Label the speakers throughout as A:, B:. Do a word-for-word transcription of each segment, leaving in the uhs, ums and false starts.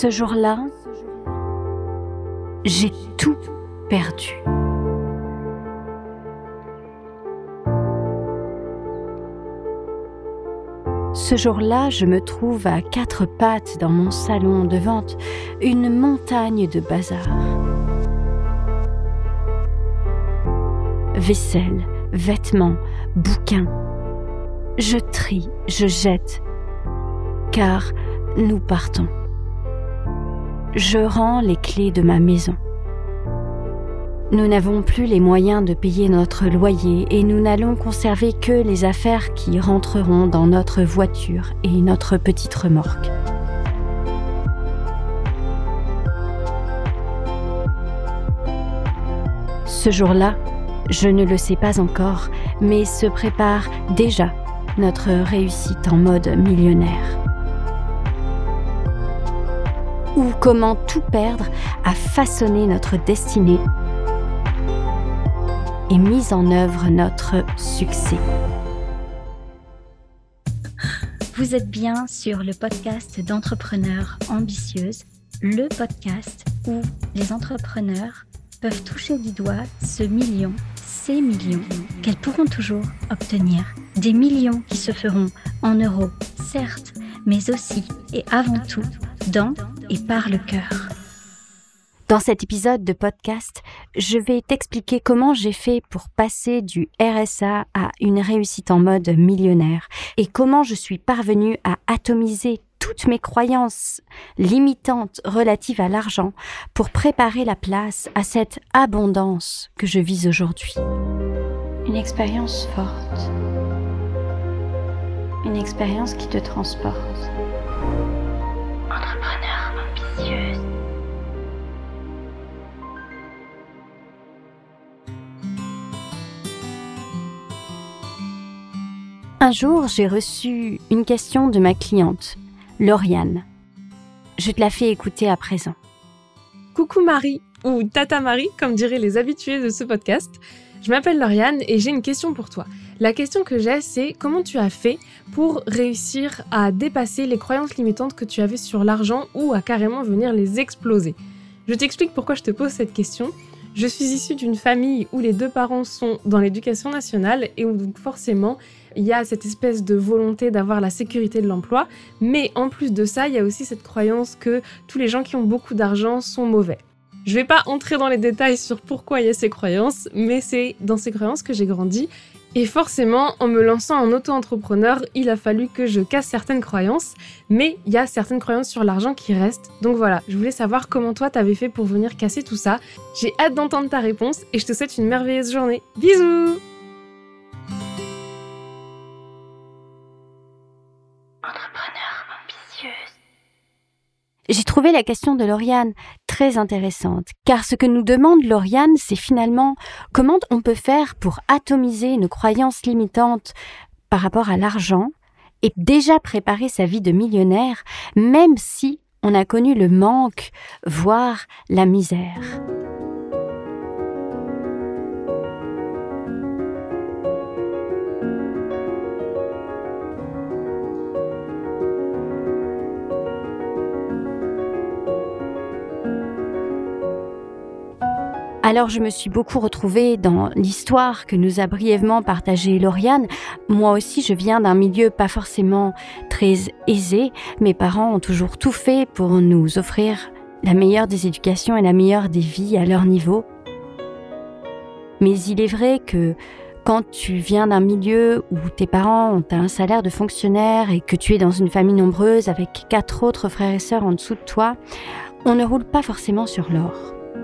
A: Ce jour-là, j'ai tout perdu. Ce jour-là, je me trouve à quatre pattes dans mon salon devant une montagne de bazar. Vaisselle, vêtements, bouquins. Je trie, je jette, car nous partons. Je rends les clés de ma maison. Nous n'avons plus les moyens de payer notre loyer et nous n'allons conserver que les affaires qui rentreront dans notre voiture et notre petite remorque. Ce jour-là, je ne le sais pas encore, mais se prépare déjà notre réussite en mode millionnaire. Ou comment tout perdre a façonné notre destinée et mis en œuvre notre succès.
B: Vous êtes bien sur le podcast d'entrepreneurs ambitieuses, le podcast où les entrepreneurs peuvent toucher du doigt ce million, ces millions qu'elles pourront toujours obtenir. Des millions qui se feront en euros, certes, mais aussi et avant tout dans et par le cœur.
A: Dans cet épisode de podcast, je vais t'expliquer comment j'ai fait pour passer du R S A à une réussite en mode millionnaire et comment je suis parvenue à atomiser toutes mes croyances limitantes relatives à l'argent pour préparer la place à cette abondance que je vis aujourd'hui. Une expérience forte. Une expérience qui te transporte. Entrepreneur ambitieuse. Un jour, j'ai reçu une question de ma cliente, Lauriane. Je te la fais écouter à présent.
C: Coucou Marie, ou Tata Marie, comme diraient les habitués de ce podcast. Je m'appelle Lauriane et j'ai une question pour toi. La question que j'ai, c'est comment tu as fait pour réussir à dépasser les croyances limitantes que tu avais sur l'argent ou à carrément venir les exploser. Je t'explique pourquoi je te pose cette question. Je suis issue d'une famille où les deux parents sont dans l'éducation nationale et où donc forcément il y a cette espèce de volonté d'avoir la sécurité de l'emploi, mais en plus de ça, il y a aussi cette croyance que tous les gens qui ont beaucoup d'argent sont mauvais. Je vais pas entrer dans les détails sur pourquoi il y a ces croyances, mais c'est dans ces croyances que j'ai grandi. Et forcément, en me lançant en auto-entrepreneur, il a fallu que je casse certaines croyances, mais il y a certaines croyances sur l'argent qui restent. Donc voilà, je voulais savoir comment toi t'avais fait pour venir casser tout ça. J'ai hâte d'entendre ta réponse et je te souhaite une merveilleuse journée. Bisous!
A: Entrepreneur ambitieuse. J'ai trouvé la question de Lauriane très intéressante, car ce que nous demande Lauriane, c'est finalement comment on peut faire pour atomiser nos croyances limitantes par rapport à l'argent et déjà préparer sa vie de millionnaire, même si on a connu le manque, voire la misère. Alors je me suis beaucoup retrouvée dans l'histoire que nous a brièvement partagée Lauriane. Moi aussi, je viens d'un milieu pas forcément très aisé. Mes parents ont toujours tout fait pour nous offrir la meilleure des éducations et la meilleure des vies à leur niveau. Mais il est vrai que quand tu viens d'un milieu où tes parents ont un salaire de fonctionnaire et que tu es dans une famille nombreuse avec quatre autres frères et sœurs en dessous de toi, on ne roule pas forcément sur l'or.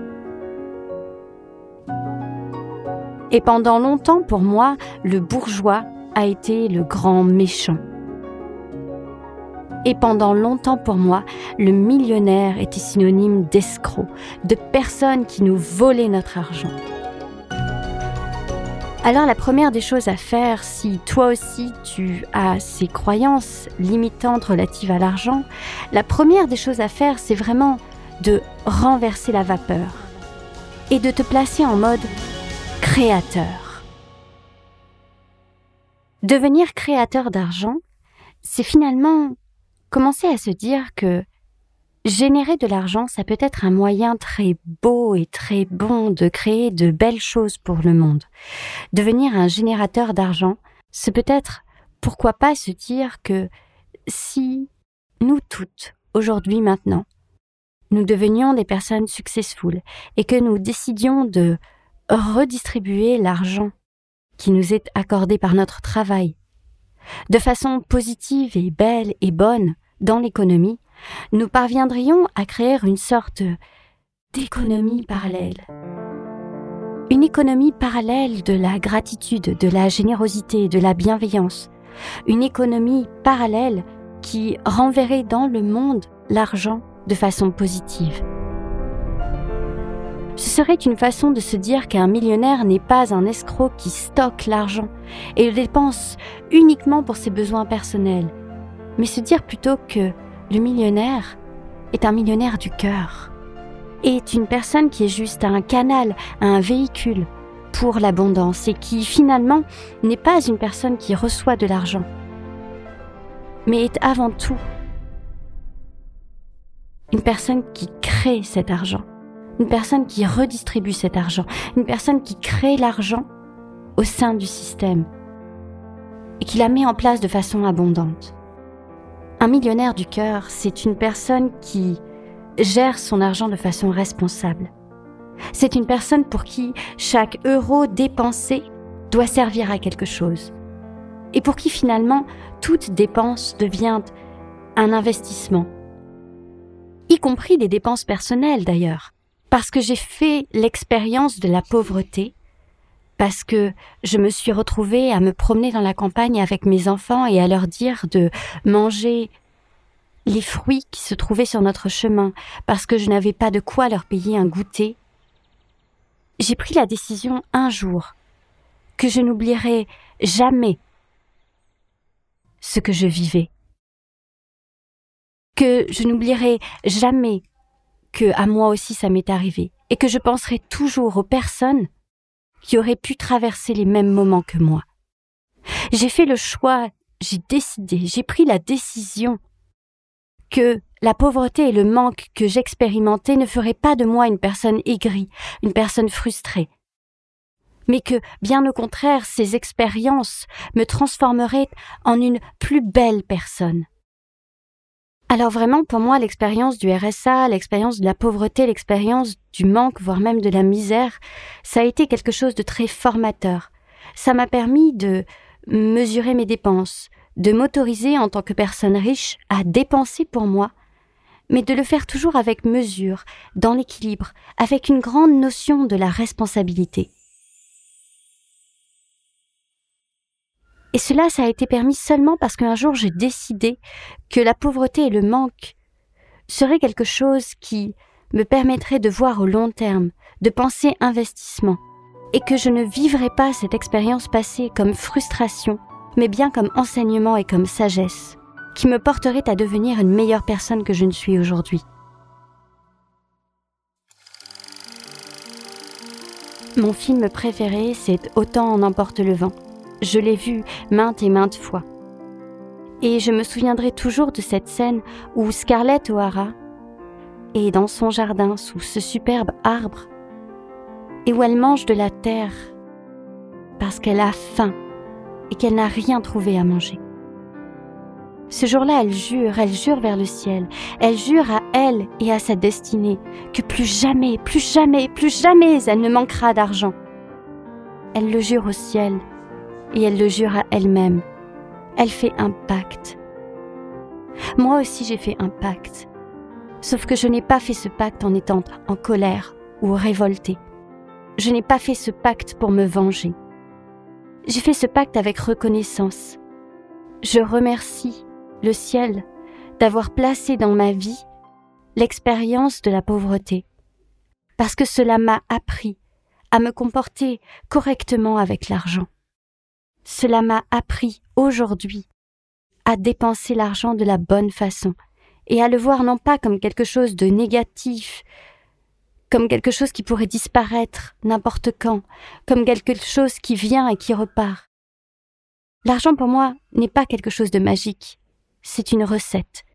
A: Et pendant longtemps, pour moi, le bourgeois a été le grand méchant. Et pendant longtemps, pour moi, le millionnaire était synonyme d'escroc, de personnes qui nous volaient notre argent. Alors la première des choses à faire, si toi aussi tu as ces croyances limitantes relatives à l'argent, la première des choses à faire, c'est vraiment de renverser la vapeur et de te placer en mode créateur. Devenir créateur d'argent, c'est finalement commencer à se dire que générer de l'argent, ça peut être un moyen très beau et très bon de créer de belles choses pour le monde. Devenir un générateur d'argent, c'est peut-être, pourquoi pas se dire que si nous toutes, aujourd'hui, maintenant, nous devenions des personnes successful et que nous décidions de redistribuer l'argent qui nous est accordé par notre travail de façon positive et belle et bonne dans l'économie, nous parviendrions à créer une sorte d'économie parallèle. Une économie parallèle de la gratitude, de la générosité, de la bienveillance. Une économie parallèle qui renverrait dans le monde l'argent de façon positive. Ce serait une façon de se dire qu'un millionnaire n'est pas un escroc qui stocke l'argent et le dépense uniquement pour ses besoins personnels, mais se dire plutôt que le millionnaire est un millionnaire du cœur, est une personne qui est juste un canal, un véhicule pour l'abondance et qui finalement n'est pas une personne qui reçoit de l'argent, mais est avant tout une personne qui crée cet argent. Une personne qui redistribue cet argent, une personne qui crée l'argent au sein du système et qui la met en place de façon abondante. Un millionnaire du cœur, c'est une personne qui gère son argent de façon responsable. C'est une personne pour qui chaque euro dépensé doit servir à quelque chose et pour qui finalement toute dépense devient un investissement, y compris des dépenses personnelles d'ailleurs. Parce que j'ai fait l'expérience de la pauvreté, parce que je me suis retrouvée à me promener dans la campagne avec mes enfants et à leur dire de manger les fruits qui se trouvaient sur notre chemin, parce que je n'avais pas de quoi leur payer un goûter. J'ai pris la décision un jour que je n'oublierai jamais ce que je vivais, que je n'oublierai jamais que à moi aussi ça m'est arrivé et que je penserai toujours aux personnes qui auraient pu traverser les mêmes moments que moi. J'ai fait le choix, j'ai décidé, j'ai pris la décision que la pauvreté et le manque que j'expérimentais ne feraient pas de moi une personne aigrie, une personne frustrée, mais que, bien au contraire, ces expériences me transformeraient en une plus belle personne. Alors vraiment, pour moi, l'expérience du R S A, l'expérience de la pauvreté, l'expérience du manque, voire même de la misère, ça a été quelque chose de très formateur. Ça m'a permis de mesurer mes dépenses, de m'autoriser en tant que personne riche à dépenser pour moi, mais de le faire toujours avec mesure, dans l'équilibre, avec une grande notion de la responsabilité. Et cela, ça a été permis seulement parce qu'un jour j'ai décidé que la pauvreté et le manque seraient quelque chose qui me permettrait de voir au long terme, de penser investissement, et que je ne vivrais pas cette expérience passée comme frustration, mais bien comme enseignement et comme sagesse, qui me porterait à devenir une meilleure personne que je ne suis aujourd'hui. Mon film préféré, c'est Autant en emporte le vent. Je l'ai vu maintes et maintes fois. Et je me souviendrai toujours de cette scène où Scarlett O'Hara est dans son jardin sous ce superbe arbre et où elle mange de la terre parce qu'elle a faim et qu'elle n'a rien trouvé à manger. Ce jour-là, elle jure, elle jure vers le ciel, elle jure à elle et à sa destinée que plus jamais, plus jamais, plus jamais elle ne manquera d'argent. Elle le jure au ciel. Et elle le jure à elle-même. Elle fait un pacte. Moi aussi j'ai fait un pacte. Sauf que je n'ai pas fait ce pacte en étant en colère ou révoltée. Je n'ai pas fait ce pacte pour me venger. J'ai fait ce pacte avec reconnaissance. Je remercie le ciel d'avoir placé dans ma vie l'expérience de la pauvreté. Parce que cela m'a appris à me comporter correctement avec l'argent. Cela m'a appris aujourd'hui à dépenser l'argent de la bonne façon et à le voir non pas comme quelque chose de négatif, comme quelque chose qui pourrait disparaître n'importe quand, comme quelque chose qui vient et qui repart. L'argent pour moi n'est pas quelque chose de magique, c'est une recette.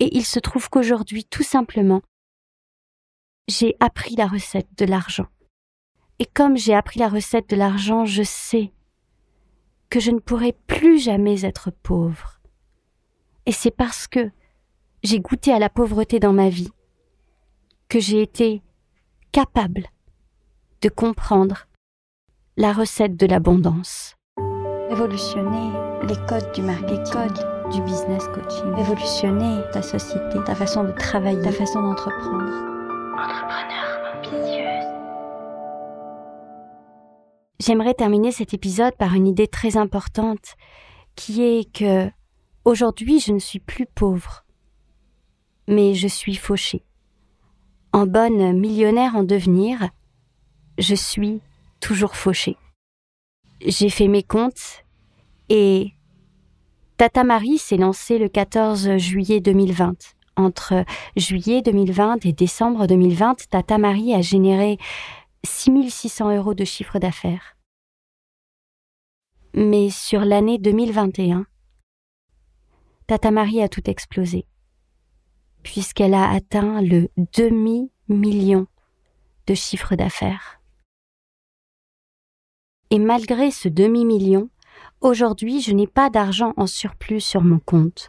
A: Et il se trouve qu'aujourd'hui, tout simplement, j'ai appris la recette de l'argent. Et comme j'ai appris la recette de l'argent, je sais que je ne pourrai plus jamais être pauvre. Et c'est parce que j'ai goûté à la pauvreté dans ma vie que j'ai été capable de comprendre la recette de l'abondance.
B: Révolutionner les codes du marketing, les codes du business coaching. Révolutionner ta société, ta façon de travailler, ta façon d'entreprendre. Entrepreneur ambitieuse.
A: J'aimerais terminer cet épisode par une idée très importante qui est que aujourd'hui je ne suis plus pauvre, mais je suis fauchée. En bonne millionnaire en devenir, je suis toujours fauchée. J'ai fait mes comptes et Tata Marie s'est lancée le quatorze juillet deux mille vingt. Entre juillet deux mille vingt et décembre deux mille vingt, Tata Marie a généré six mille six cents euros de chiffre d'affaires. Mais sur l'année deux mille vingt et un, Tata Marie a tout explosé, puisqu'elle a atteint le demi-million de chiffre d'affaires. Et malgré ce demi-million, aujourd'hui, je n'ai pas d'argent en surplus sur mon compte.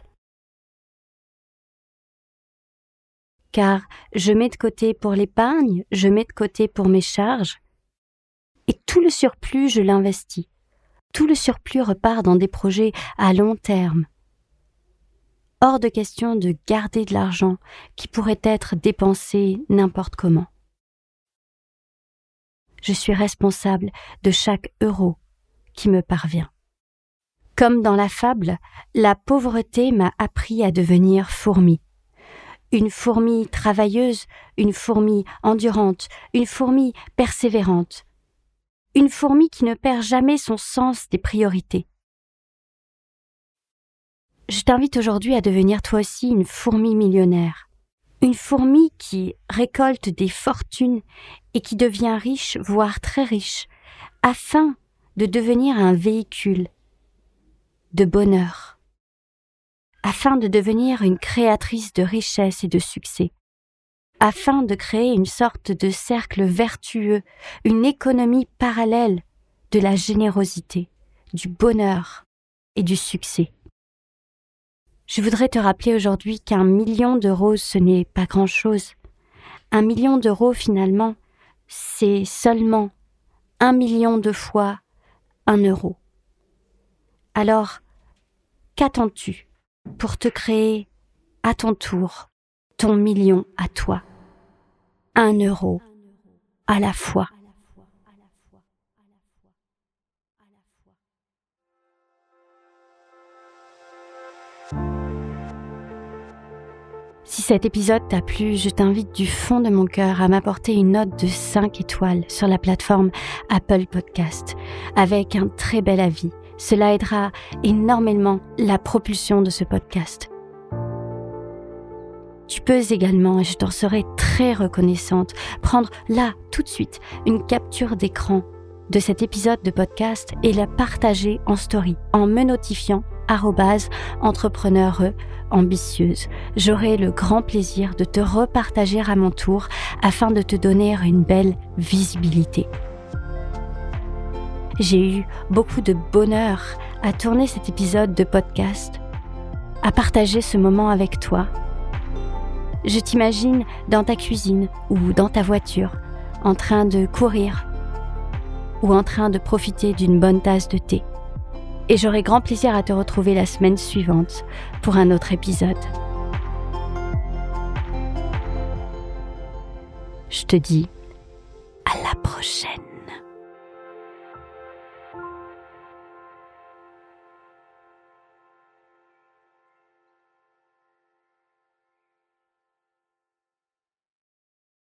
A: Car je mets de côté pour l'épargne, je mets de côté pour mes charges, et tout le surplus, je l'investis. Tout le surplus repart dans des projets à long terme. Hors de question de garder de l'argent qui pourrait être dépensé n'importe comment. Je suis responsable de chaque euro qui me parvient. Comme dans la fable, la pauvreté m'a appris à devenir fourmi. Une fourmi travailleuse, une fourmi endurante, une fourmi persévérante. Une fourmi qui ne perd jamais son sens des priorités. Je t'invite aujourd'hui à devenir toi aussi une fourmi millionnaire. Une fourmi qui récolte des fortunes et qui devient riche, voire très riche, afin de devenir un véhicule de bonheur, afin de devenir une créatrice de richesse et de succès, afin de créer une sorte de cercle vertueux, une économie parallèle de la générosité, du bonheur et du succès. Je voudrais te rappeler aujourd'hui qu'un million d'euros, ce n'est pas grand-chose. Un million d'euros, finalement, c'est seulement un million de fois un euro. Alors, qu'attends-tu pour te créer à ton tour ton million à toi? Un euro à la fois. Si cet épisode t'a plu, je t'invite du fond de mon cœur à m'apporter une note de cinq étoiles sur la plateforme Apple Podcast avec un très bel avis. Cela aidera énormément la propulsion de ce podcast. Tu peux également, et je t'en serai très reconnaissante, prendre là, tout de suite, une capture d'écran de cet épisode de podcast et la partager en story en me notifiant arobase entrepreneur ambitieuse. J'aurai le grand plaisir de te repartager à mon tour afin de te donner une belle visibilité. J'ai eu beaucoup de bonheur à tourner cet épisode de podcast, à partager ce moment avec toi. Je t'imagine dans ta cuisine ou dans ta voiture, en train de courir ou en train de profiter d'une bonne tasse de thé. Et j'aurai grand plaisir à te retrouver la semaine suivante pour un autre épisode. Je te dis à la prochaine.